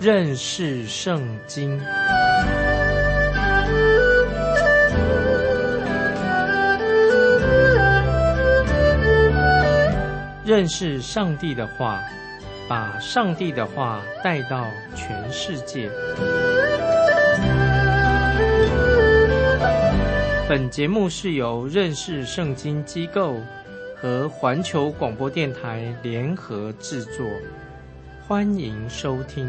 认识圣经。认识上帝的话，把上帝的话带到全世界。本节目是由认识圣经机构和环球广播电台联合制作，欢迎收听。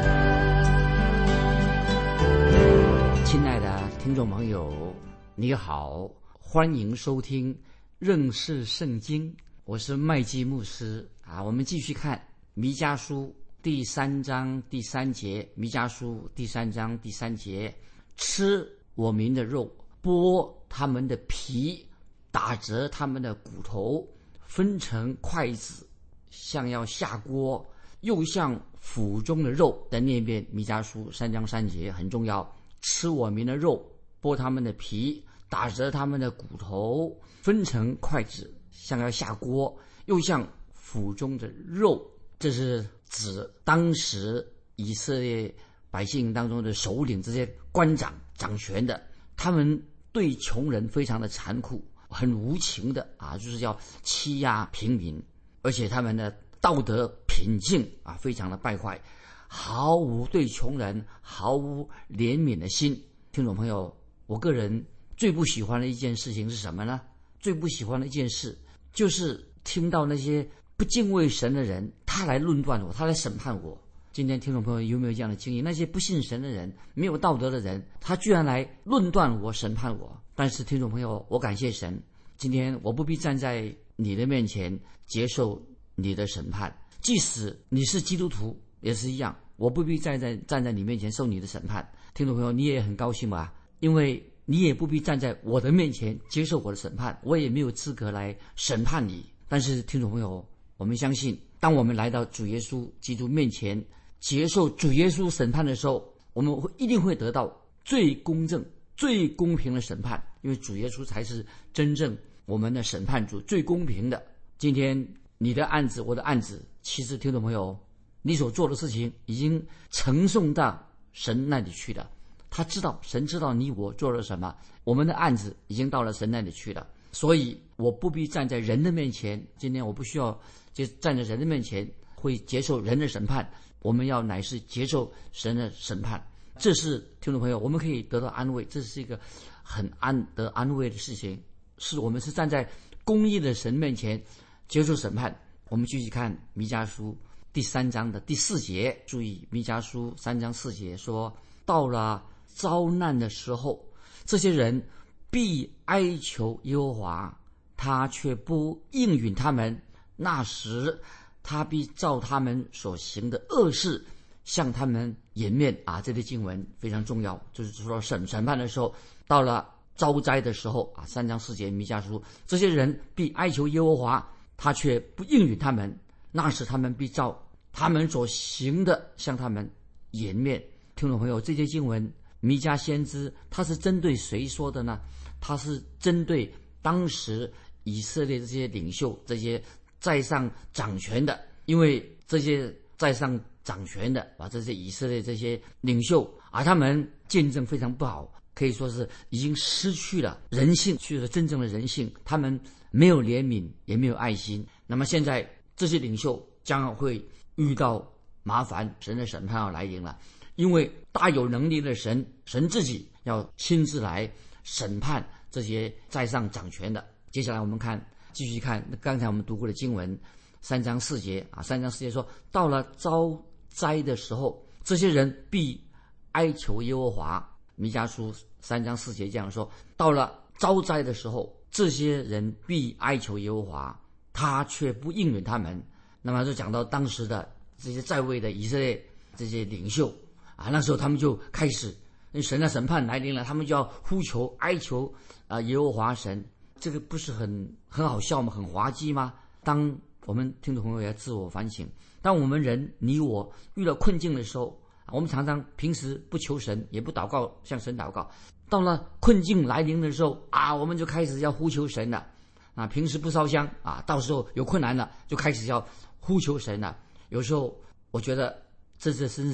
亲爱的听众朋友，你好，欢迎收听认识圣经，我是麦基牧师啊。我们继续看弥迦书第3章第3节，弥迦书第3章第3节，吃我民的肉，剥他们的皮，打折他们的骨头，分成筷子，像要下锅，又像腹中的肉。在那边弥迦书3章3节很重要，吃我民的肉，剥他们的皮，打折他们的骨头，分成筷子，像要下锅，又像腹中的肉。这是指当时以色列百姓当中的首领，这些官长掌权的，他们对穷人非常的残酷，很无情的啊，就是要欺压平民，而且他们的道德品性啊非常的败坏，毫无对穷人毫无怜悯的心。听众朋友，我个人最不喜欢的一件事情是什么呢？最不喜欢的一件事就是听到那些不敬畏神的人，他来论断我，他来审判我。今天听众朋友有没有这样的经历？那些不信神的人，没有道德的人，他居然来论断我，审判我。但是听众朋友，我感谢神，今天我不必站在你的面前接受你的审判，即使你是基督徒也是一样，我不必站在你面前受你的审判。听众朋友，你也很高兴吧？因为你也不必站在我的面前接受我的审判，我也没有资格来审判你。但是听众朋友，我们相信，当我们来到主耶稣基督面前接受主耶稣审判的时候，我们一定会得到最公正最公平的审判，因为主耶稣才是真正我们的审判主，最公平的。今天你的案子我的案子，其实听众朋友，你所做的事情已经呈送到神那里去了，他知道，神知道你我做了什么，我们的案子已经到了神那里去了。所以我不必站在人的面前，今天我不需要就站在人的面前会接受人的审判，我们要乃是接受神的审判。这是听众朋友，我们可以得到安慰，这是一个很得安慰的事情，是我们是站在公义的神面前接受审判。我们继续看弥迦书第3章的第4节，注意弥迦书3章4节说，到了遭难的时候，这些人必哀求耶和华，他却不应允他们，那时他必照他们所行的恶事向他们掩面啊。这类经文非常重要，就是说审判的时候，到了遭灾的时候啊。3章4节弥迦书，这些人必哀求耶和华，他却不应允他们，那时他们必照他们所行的向他们掩面。听众朋友，这些经文弥迦先知他是针对谁说的呢？他是针对当时以色列这些领袖，这些在上掌权的，因为这些在上掌权的啊，这些以色列这些领袖啊，他们见证非常不好，可以说是已经失去了人性，失去了真正的人性，他们没有怜悯，也没有爱心。那么现在这些领袖将会遇到麻烦，神的审判要来临了，因为大有能力的神自己要亲自来审判这些在上掌权的。接下来我们继续看刚才我们读过的经文3章4节啊。3章4节说，到了遭灾的时候，这些人必哀求耶和华。弥迦书3章4节这样说，到了遭灾的时候，这些人必哀求耶和华，他却不应允他们。那么就讲到当时的这些在位的以色列这些领袖啊，那时候他们就开始，神的审判来临了，他们就要呼求哀求耶和华神。这个不是很好笑吗？很滑稽吗？当我们听众朋友也要自我反省，当我们人你我遇到困境的时候，我们常常平时不求神，也不祷告向神祷告，到了困境来临的时候啊，我们就开始要呼求神了啊。平时不烧香啊，到时候有困难了就开始要呼求神了。有时候我觉得这真是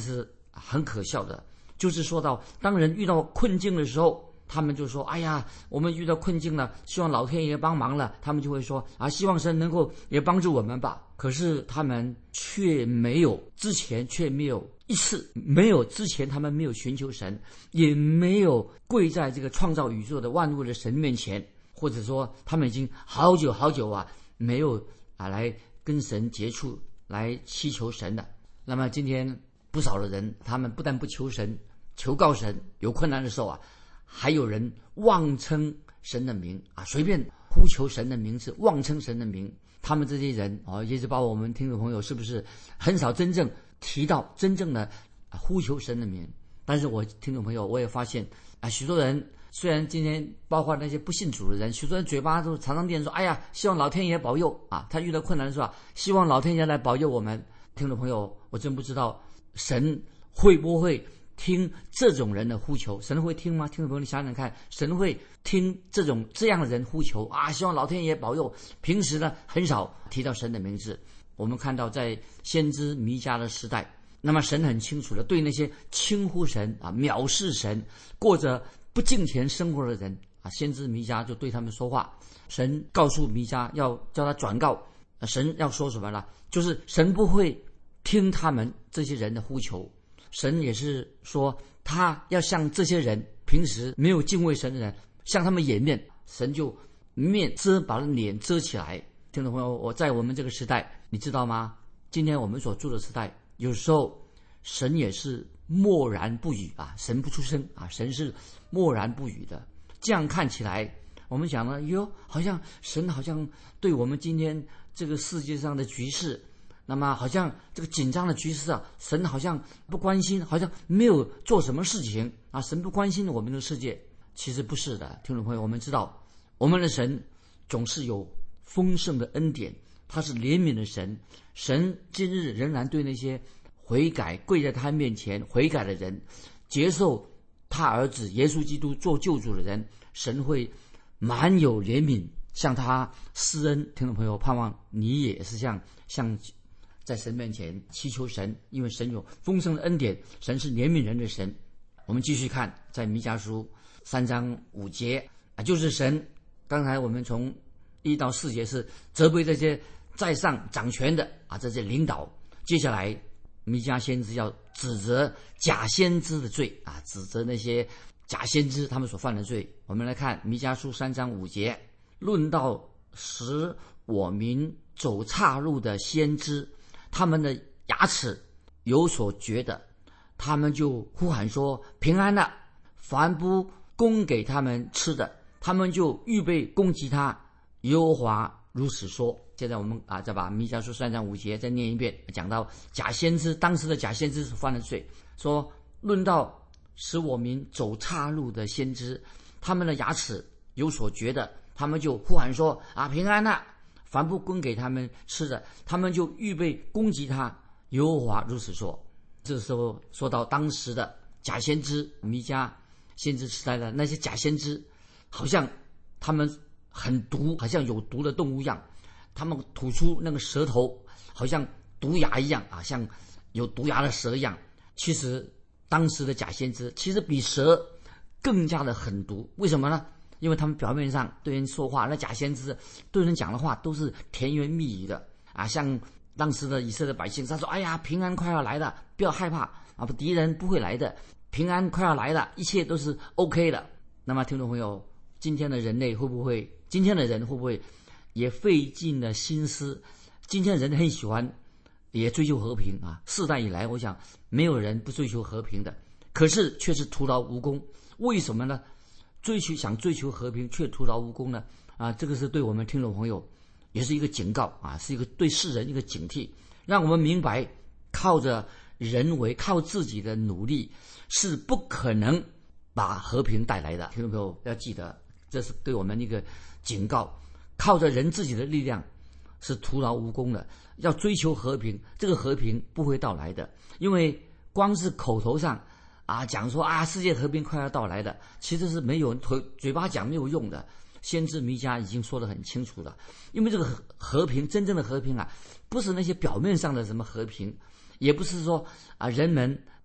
很可笑的，就是说到当人遇到困境的时候，他们就说：“哎呀，我们遇到困境了，希望老天爷帮忙了。”他们就会说：“啊，希望神能够也帮助我们吧。”可是他们却没有一次，没有之前他们没有寻求神，也没有跪在这个创造宇宙的万物的神面前，或者说他们已经好久没有来跟神接触，来祈求神的。那么今天不少的人，他们不但不求神，求告神，有困难的时候还有人妄称神的名随便呼求神的名字，妄称神的名。他们这些人也是把我们听众朋友是不是很少真正提到真正的呼求神的名？但是我听众朋友，我也发现许多人虽然今天包括那些不信主的人，许多人嘴巴都常常念说：“哎呀，希望老天爷保佑他遇到困难的时候希望老天爷来保佑我们。”听众朋友，我真不知道神会不会听这种人的呼求？神会听吗？听众朋友，你想想看，神会听这样的人呼求希望老天爷保佑。平时呢，很少提到神的名字。我们看到在先知弥迦的时代，那么神很清楚的对那些轻忽神藐视神、过着不敬虔生活的人先知弥迦就对他们说话。神告诉弥迦要叫他转告，神要说什么呢？就是神不会听他们这些人的呼求。神也是说，他要向这些人平时没有敬畏神的人，向他们掩面，神就把脸遮起来。听众朋友，我在我们这个时代，你知道吗？今天我们所住的时代，有时候神也是默然不语神不出声神是默然不语的。这样看起来，我们想呢，好像神好像对我们今天这个世界上的局势，那么好像这个紧张的局势神好像不关心，好像没有做什么事情神不关心我们的世界。其实不是的，听众朋友，我们知道我们的神总是有丰盛的恩典，他是怜悯的神。神今日仍然对那些悔改跪在他面前悔改的人，接受他儿子耶稣基督做救主的人，神会满有怜悯，向他施恩。听众朋友，盼望你也是像在神面前祈求神，因为神有丰盛的恩典，神是怜悯人的神。我们继续看在弥迦书3章5节就是神刚才我们从1到4节是责备这些在上掌权的这些领导。接下来弥迦先知要指责假先知的罪指责那些假先知他们所犯的罪。我们来看弥迦书3章5节，论到使我民走岔路的先知，他们的牙齿有所觉的，他们就呼喊说：“平安了！”凡不供给他们吃的，他们就预备攻击他。耶和华如此说。现在我们再把弥迦书3章5节再念一遍，讲到假先知，当时的假先知所犯的罪，说论到使我民走岔路的先知，他们的牙齿有所觉的，他们就呼喊说：“平安了！”凡不供给他们吃的，他们就预备攻击他。耶和华如此说。这时候说到当时的假先知，弥迦先知时代的那些假先知，好像他们很毒，好像有毒的动物一样，他们吐出那个舌头好像毒牙一样像有毒牙的蛇一样。其实当时的假先知其实比蛇更加的狠毒。为什么呢？因为他们表面上对人说话，那假先知对人讲的话都是甜言蜜语的像当时的以色列百姓，他说：“哎呀，平安快要来了，不要害怕敌人不会来的，平安快要来了，一切都是 OK 的。”那么听众朋友，今天的人会不会也费尽了心思？今天人很喜欢也追求和平世代以来我想没有人不追求和平的，可是却是徒劳无功。为什么呢？想追求和平却徒劳无功呢？这个是对我们听众朋友也是一个警告是一个对世人一个警惕，让我们明白靠着人为靠自己的努力是不可能把和平带来的。听众朋友要记得，这是对我们一个警告，靠着人自己的力量是徒劳无功的。要追求和平，这个和平不会到来的，因为光是口头上讲说世界和平快要到来的，其实是没有嘴巴讲没有用的。先知弥迦已经说得很清楚了，因为这个和平，真正的和平不是那些表面上的什么和平，也不是说人们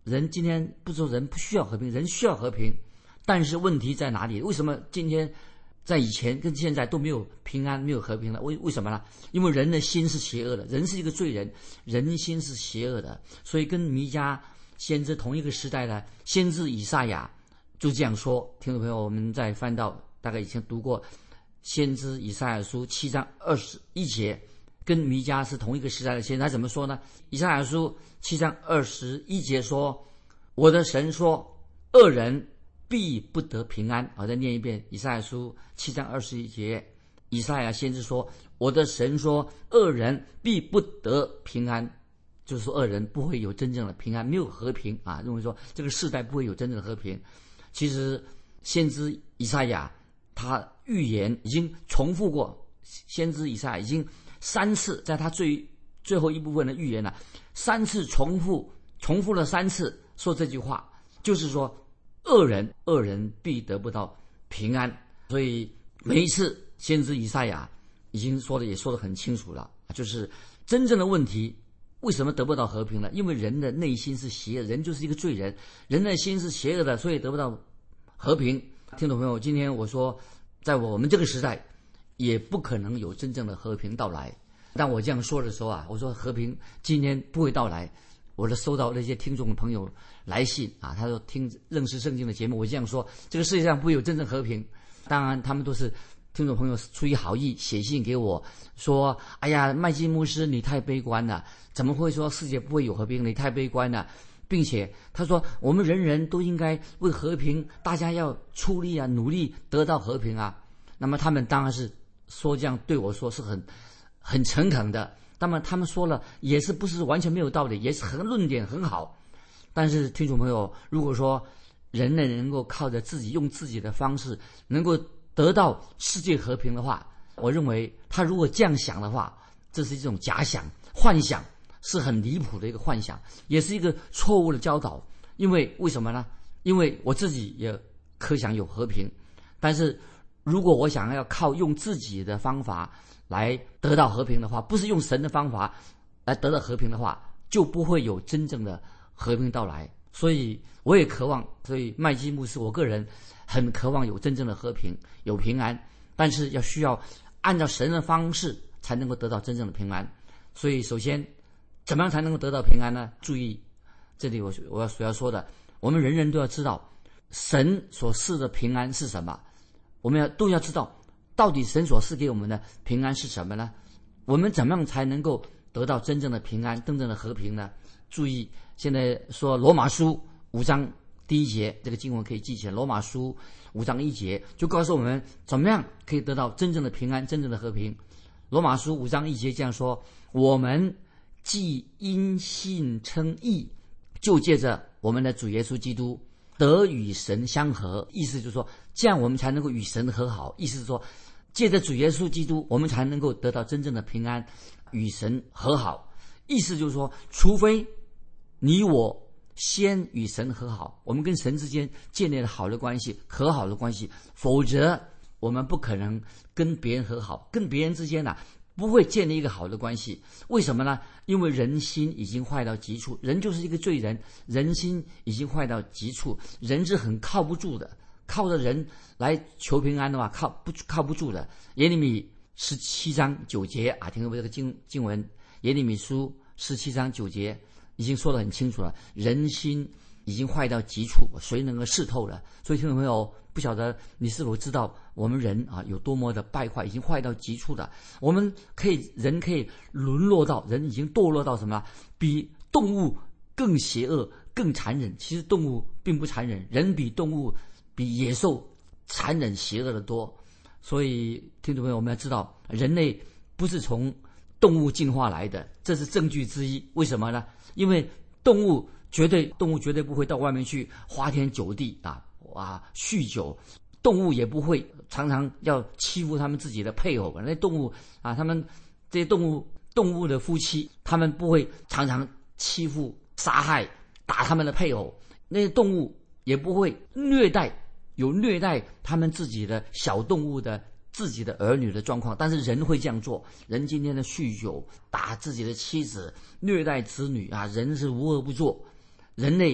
人今天不是说人不需要和平，人需要和平，但是问题在哪里？为什么今天在以前跟现在都没有平安，没有和平了？为什么呢？因为人的心是邪恶的，人是一个罪人，人心是邪恶的，所以跟弥迦先知同一个时代的先知以赛亚就这样说。听众朋友，我们再翻到大概以前读过先知以赛亚书7章21节，跟弥迦是同一个时代的先知，他怎么说呢？以赛亚书7章21节说：我的神说，恶人必不得平安。好，再念一遍以赛亚书7章21节，以赛亚先知说，我的神说，恶人必不得平安，就是说恶人不会有真正的平安，没有和平啊，认为说这个世代不会有真正的和平。其实先知以赛亚他预言已经重复过，先知以赛亚已经3次，在他最后一部分的预言了，3次重复了3次说这句话，就是说恶人必得不到平安。所以每一次先知以赛亚已经说得很清楚了，就是真正的问题为什么得不到和平呢？因为人的内心是邪恶，人就是一个罪人，人的心是邪恶的，所以得不到和平。听众朋友，今天我说在我们这个时代也不可能有真正的和平到来。当我这样说的时候啊，我说和平今天不会到来，我就收到那些听众朋友来信啊，他说听认识圣经的节目，我这样说，这个世界上不会有真正和平。当然他们都是听众朋友出于好意写信给我说，哎呀，麦基牧师你太悲观了，怎么会说世界不会有和平，你太悲观了，并且他说我们人人都应该为和平，大家要出力啊，努力得到和平啊。那么他们当然是说这样对我说是很诚恳的，那么他们说了也是不是完全没有道理，也是论点很好。但是听众朋友，如果说人类能够靠着用自己的方式能够得到世界和平的话，我认为他如果这样想的话，这是一种假想幻想，是很离谱的一个幻想，也是一个错误的教导。因为为什么呢？因为我自己也可想有和平，但是如果我想要靠用自己的方法来得到和平的话，不是用神的方法来得到和平的话，就不会有真正的和平到来。所以我也渴望，所以麦基牧师我个人很渴望有真正的和平，有平安，但是需要按照神的方式才能够得到真正的平安。所以首先怎么样才能够得到平安呢？注意这里我所要说的，我们人人都要知道神所赐的平安是什么，我们都要知道到底神所赐给我们的平安是什么呢？我们怎么样才能够得到真正的平安，真正的和平呢？注意现在说罗马书5章1节，这个经文可以记起来，罗马书5章1节就告诉我们怎么样可以得到真正的平安，真正的和平。罗马书5章1节这样说，我们既因信称义，就借着我们的主耶稣基督得与神相合。意思就是说这样我们才能够与神和好，意思是说借着主耶稣基督我们才能够得到真正的平安，与神和好。意思就是说除非你我先与神和好，我们跟神之间建立了好的关系，和好的关系，否则我们不可能跟别人和好，跟别人之间不会建立一个好的关系。为什么呢？因为人心已经坏到极处，人就是一个罪人，人心已经坏到极处，人是很靠不住的，靠着人来求平安的话靠不住的。耶利米17章9节啊，听到没？这个经文耶利米书17章9节已经说得很清楚了，人心已经坏到极处，谁能够识透了？所以听众朋友，不晓得你是否知道我们人有多么的败坏，已经坏到极处的。我们人可以沦落到，人已经堕落到什么？比动物更邪恶更残忍。其实动物并不残忍，人比动物比野兽残忍邪恶的多。所以听众朋友，我们要知道人类不是从动物进化来的，这是证据之一。为什么呢？因为动物绝对不会到外面去花天酒地酗酒，动物也不会常常要欺负他们自己的配偶。那动物他们这些动物的夫妻，他们不会常常欺负杀害打他们的配偶。那些动物也不会虐待他们自己的小动物的自己的儿女的状况，但是人会这样做。人今天的酗酒，打自己的妻子，虐待子女人是无恶不作。人类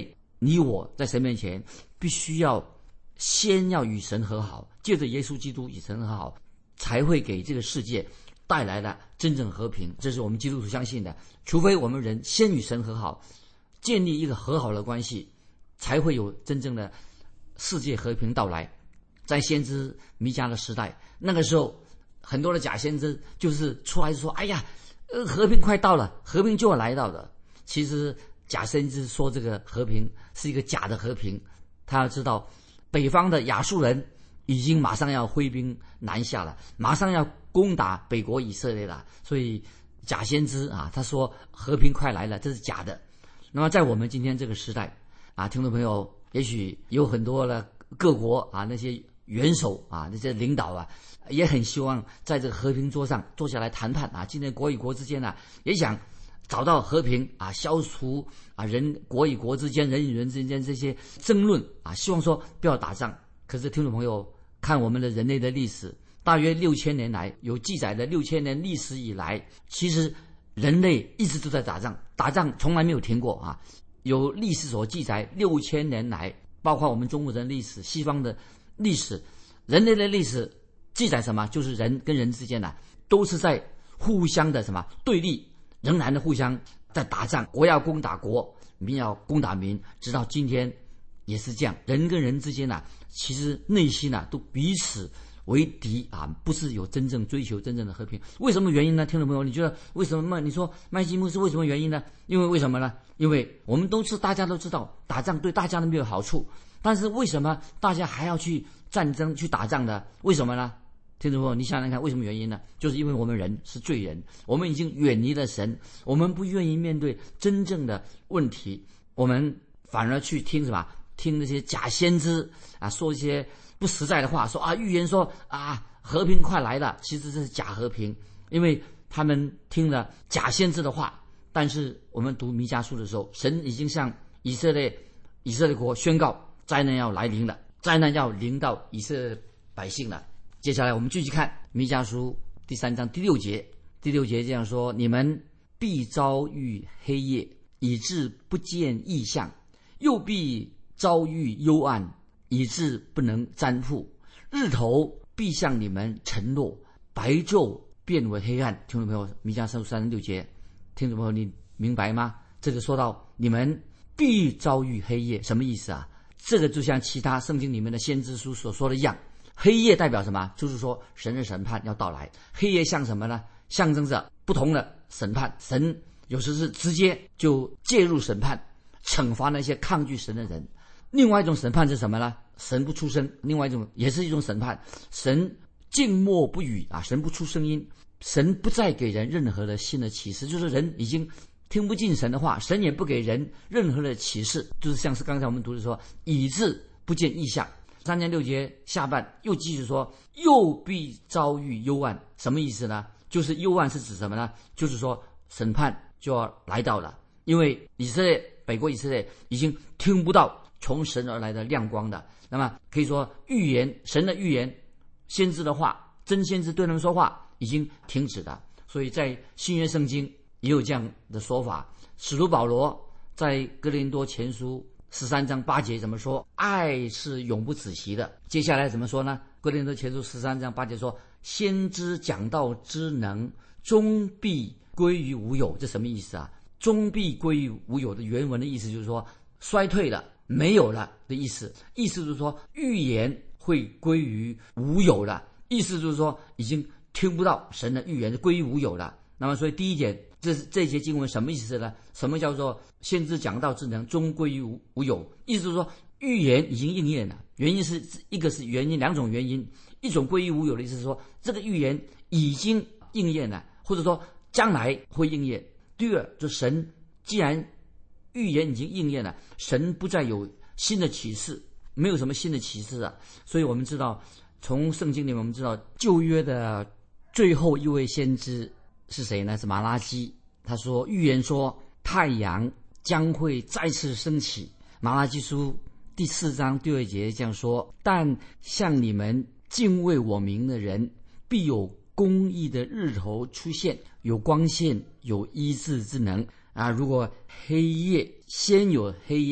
你我在神面前必须要先要与神和好，借着耶稣基督与神和好，才会给这个世界带来了真正和平。这是我们基督徒相信的。除非我们人先与神和好，建立一个和好的关系，才会有真正的世界和平到来。在先知弥迦的时代，那个时候很多的假先知就是出来说，哎呀，和平快到了，和平就要来到的。其实假先知说这个和平是一个假的和平，他要知道北方的亚述人已经马上要挥兵南下了，马上要攻打北国以色列了。所以假先知啊，他说和平快来了，这是假的。那么在我们今天这个时代啊，听众朋友，也许有很多的各国啊，那些元首啊，那些领导啊，也很希望在这个和平桌上坐下来谈判啊。今天国与国之间啊，也想找到和平啊，消除啊国与国之间、人与人之间这些争论啊，希望说不要打仗。可是听众朋友，看我们的人类的历史，大约6000年来有记载的6000年历史以来，其实人类一直都在打仗，打仗从来没有停过啊。有历史所记载，6000年来，包括我们中国人的历史、西方的历史，人类的历史记载什么？就是人跟人之间都是在互相的什么对立，仍然的互相在打仗，国要攻打国，民要攻打民，直到今天也是这样。人跟人之间其实内心都彼此为敌啊，不是有真正追求真正的和平。为什么原因呢？听众朋友，你觉得为什么？你说麦基牧师为什么原因呢？因为为什么呢？因为我们大家都知道，打仗对大家都没有好处，但是为什么大家还要去战争去打仗呢？为什么呢？听众朋友，你想想看，为什么原因呢？就是因为我们人是罪人，我们已经远离了神，我们不愿意面对真正的问题，我们反而去听什么？听那些假先知啊，说一些不实在的话，说啊预言说啊和平快来了，其实这是假和平，因为他们听了假先知的话。但是我们读弥迦书的时候，神已经向以色列国宣告灾难要来临了，灾难要临到以色列百姓了。接下来我们继续看弥迦书第3章第6节，第6节这样说：你们必遭遇黑夜，以致不见异象；又必遭遇幽暗，以致不能占卜。日头必向你们沉落，白昼变为黑暗。听众朋友，弥迦书3章6节，听众朋友，你明白吗？这个说到你们必遭遇黑夜，什么意思啊？这个就像其他圣经里面的先知书所说的一样，黑夜代表什么？就是说神的审判要到来。黑夜像什么呢？象征着不同的审判。神有时是直接就介入审判，惩罚那些抗拒神的人。另外一种审判是什么呢？神不出声。另外一种也是一种审判，神静默不语啊，神不出声音，神不再给人任何的新的启示，就是人已经听不进神的话，神也不给人任何的启示，就是像是刚才我们读的说，以致不见异象。3章6节下半又继续说，又必遭遇幽暗。什么意思呢？就是幽暗是指什么呢？就是说审判就要来到了，因为北国以色列已经听不到从神而来的亮光的。那么可以说预言，神的预言，先知的话，真先知对他们说话已经停止了。所以在新约圣经也有这样的说法。使徒保罗在哥林多前书13章8节怎么说？爱是永不止息的。接下来怎么说呢？哥林多前书13章8节说，先知讲道之能终必归于无有。这什么意思啊？终必归于无有的原文的意思就是说衰退了，没有了的意思。意思就是说预言会归于无有了，意思就是说已经听不到神的预言，归于无有了。那么所以第一点，这节经文什么意思呢？什么叫做先知讲道之能终归于无有？意思就是说预言已经应验了。原因是一个是原因，两种原因，一种归于无有的意思是说这个预言已经应验了，或者说将来会应验。第二，就神既然预言已经应验了，神不再有新的启示，没有什么新的启示啊。所以我们知道，从圣经里面我们知道旧约的最后一位先知是谁呢？是马拉基。他说预言说太阳将会再次升起。马拉基书第4章第2节这样说，但像你们敬畏我名的人，必有公义的日头出现，有光线，有医治之能啊！如果先有黑夜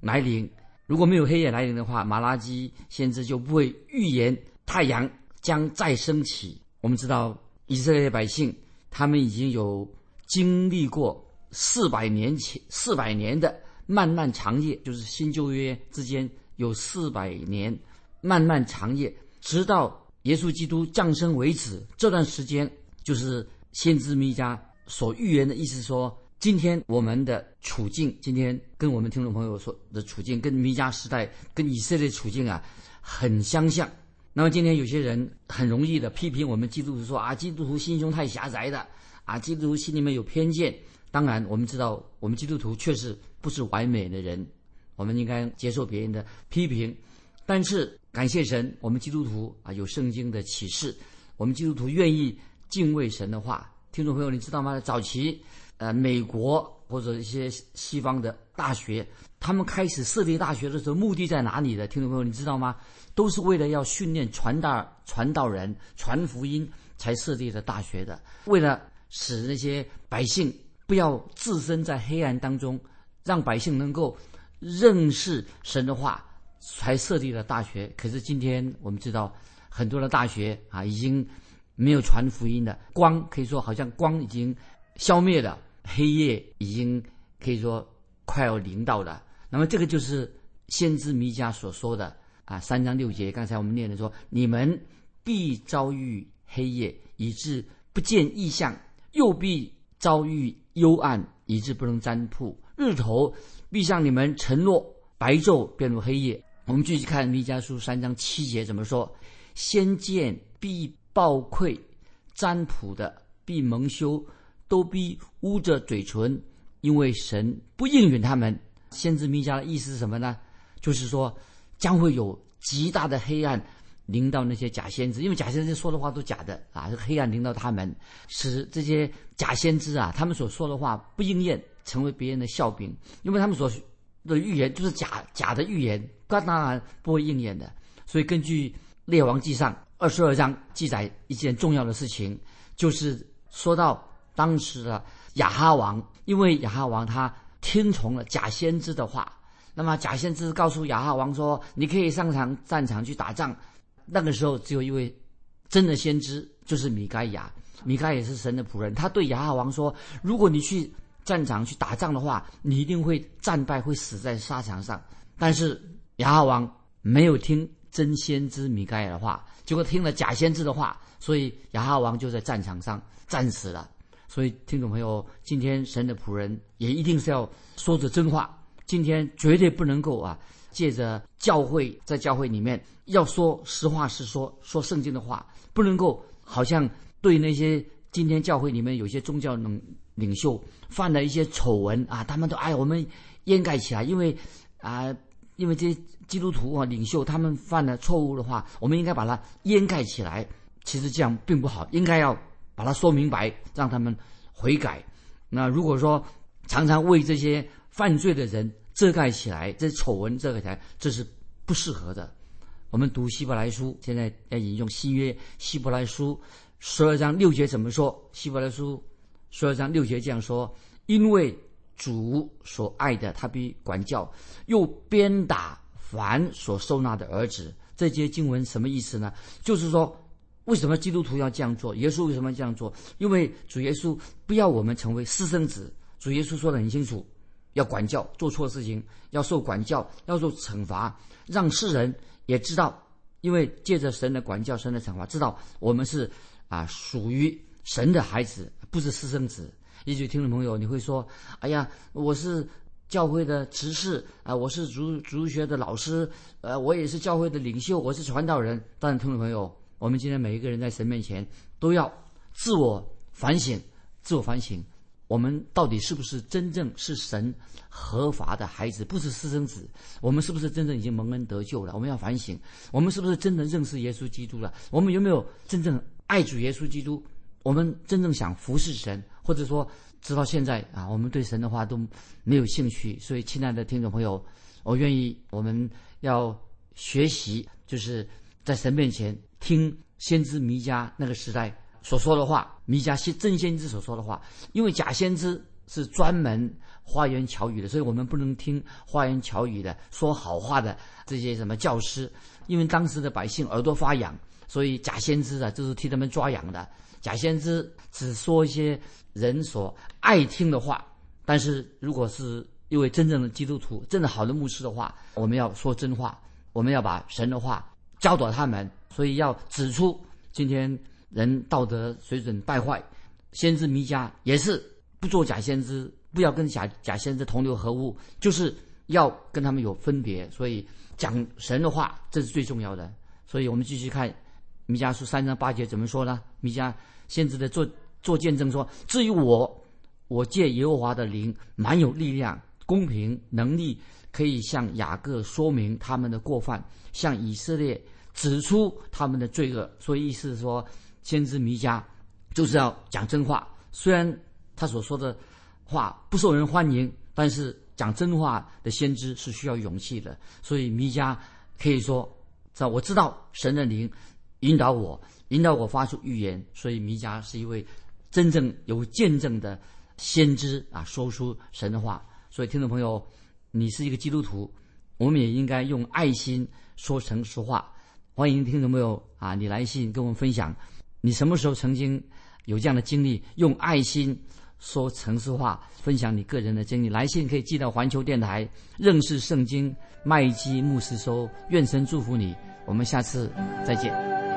来临。如果没有黑夜来临的话，马拉基先知就不会预言太阳将再升起。我们知道以色列百姓他们已经有经历过400年的漫漫长夜，就是新旧约之间有400年漫漫长夜，直到耶稣基督降生为止。这段时间就是先知弥迦所预言的意思，说今天我们的处境，今天跟我们听众朋友说的处境，跟弥迦时代跟以色列处境很相像。那么今天有些人很容易的批评我们基督徒，说基督徒心胸太狭窄的，基督徒心里面有偏见。当然我们知道我们基督徒确实不是完美的人，我们应该接受别人的批评，但是感谢神，我们基督徒有圣经的启示，我们基督徒愿意敬畏神的话。听众朋友，你知道吗？早期美国或者一些西方的大学，他们开始设立大学的时候，目的在哪里的？听众朋友，你知道吗？都是为了要训练传道人、传福音才设立的大学的，为了使那些百姓不要置身在黑暗当中，让百姓能够认识神的话，才设立了大学。可是今天我们知道，很多的大学已经没有传福音的，光可以说好像光已经消灭了，黑夜已经可以说快要临到了。那么这个就是先知弥迦所说的3章6节，刚才我们念的说，你们必遭遇黑夜，以致不见异象，又必遭遇幽暗，以致不能占卜，日头必向你们沉落，白昼变入黑夜。我们继续看弥迦书3章7节怎么说，先见必暴愧，占卜的必蒙羞，都必捂着嘴唇，因为神不应允他们。先知弥迦的意思是什么呢？就是说将会有极大的黑暗临到那些假先知，因为假先知说的话都假的这个黑暗临到他们，使这些假先知他们所说的话不应验，成为别人的笑柄，因为他们所的预言就是假的预言，当然不会应验的。所以根据列王记上22章记载一件重要的事情，就是说到当时的亚哈王，因为亚哈王他听从了假先知的话，那么假先知告诉亚哈王说，你可以上战场去打仗。那个时候只有一位真的先知，就是米该亚。米该也是神的仆人，他对亚哈王说，如果你去战场去打仗的话，你一定会战败，会死在沙场上。但是亚哈王没有听真先知米该亚的话，结果听了假先知的话，所以亚哈王就在战场上战死了。所以听众朋友，今天神的仆人也一定是要说着真话，今天绝对不能够借着教会，在教会里面要说实话实说，说圣经的话，不能够好像对那些今天教会里面有些宗教领袖犯了一些丑闻他们都我们掩盖起来，因为这些基督徒领袖他们犯了错误的话，我们应该把它掩盖起来。其实这样并不好，应该要把它说明白，让他们悔改。那如果说常常为这些犯罪的人遮盖起来，这丑闻遮盖起来，这是不适合的。我们读希伯来书，现在要引用新约希伯来书12章6节怎么说？希伯来书12章6节这样说，因为主所爱的，他必管教，又鞭打凡所收纳的儿子。这节经文什么意思呢？就是说为什么基督徒要这样做？耶稣为什么要这样做？因为主耶稣不要我们成为私生子，主耶稣说得很清楚，要管教，做错事情要受管教，要受惩罚，让世人也知道，因为借着神的管教，神的惩罚，知道我们是属于神的孩子，不是私生子。也许听众朋友你会说，哎呀，我是教会的执事我是主学的老师我也是教会的领袖，我是传道人。当然听众朋友，我们今天每一个人在神面前都要自我反省，我们到底是不是真正是神合法的孩子，不是私生子？我们是不是真正已经蒙恩得救了？我们要反省，我们是不是真的认识耶稣基督了？我们有没有真正爱主耶稣基督？我们真正想服侍神，或者说直到现在我们对神的话都没有兴趣。所以亲爱的听众朋友，我愿意我们要学习，就是在神面前听先知弥迦那个时代所说的话，弥迦真先知所说的话。因为假先知是专门花言巧语的，所以我们不能听花言巧语的说好话的这些什么教师，因为当时的百姓耳朵发痒，所以假先知啊就是替他们抓痒的。假先知只说一些人所爱听的话，但是如果是一位真正的基督徒，真的好的牧师的话，我们要说真话，我们要把神的话教导他们，所以要指出今天人道德水准败坏。先知弥迦也是不做假先知，不要跟假先知同流合污，就是要跟他们有分别，所以讲神的话这是最重要的。所以我们继续看弥迦书3章8节怎么说呢？弥迦先知的做见证说，至于我借耶和华的灵满有力量公平能力，可以向雅各说明他们的过犯，向以色列指出他们的罪恶。所以意思是说，先知弥迦就是要讲真话，虽然他所说的话不受人欢迎，但是讲真话的先知是需要勇气的。所以弥迦可以说，我知道神的灵引导我发出预言，所以弥迦是一位真正有见证的先知啊，说出神的话。所以听众朋友，你是一个基督徒，我们也应该用爱心说诚实话。欢迎听众朋友啊，你来信跟我们分享，你什么时候曾经有这样的经历，用爱心说诚实话，分享你个人的经历。来信可以寄到环球电台认识圣经麦基牧师收。愿神祝福你，我们下次再见。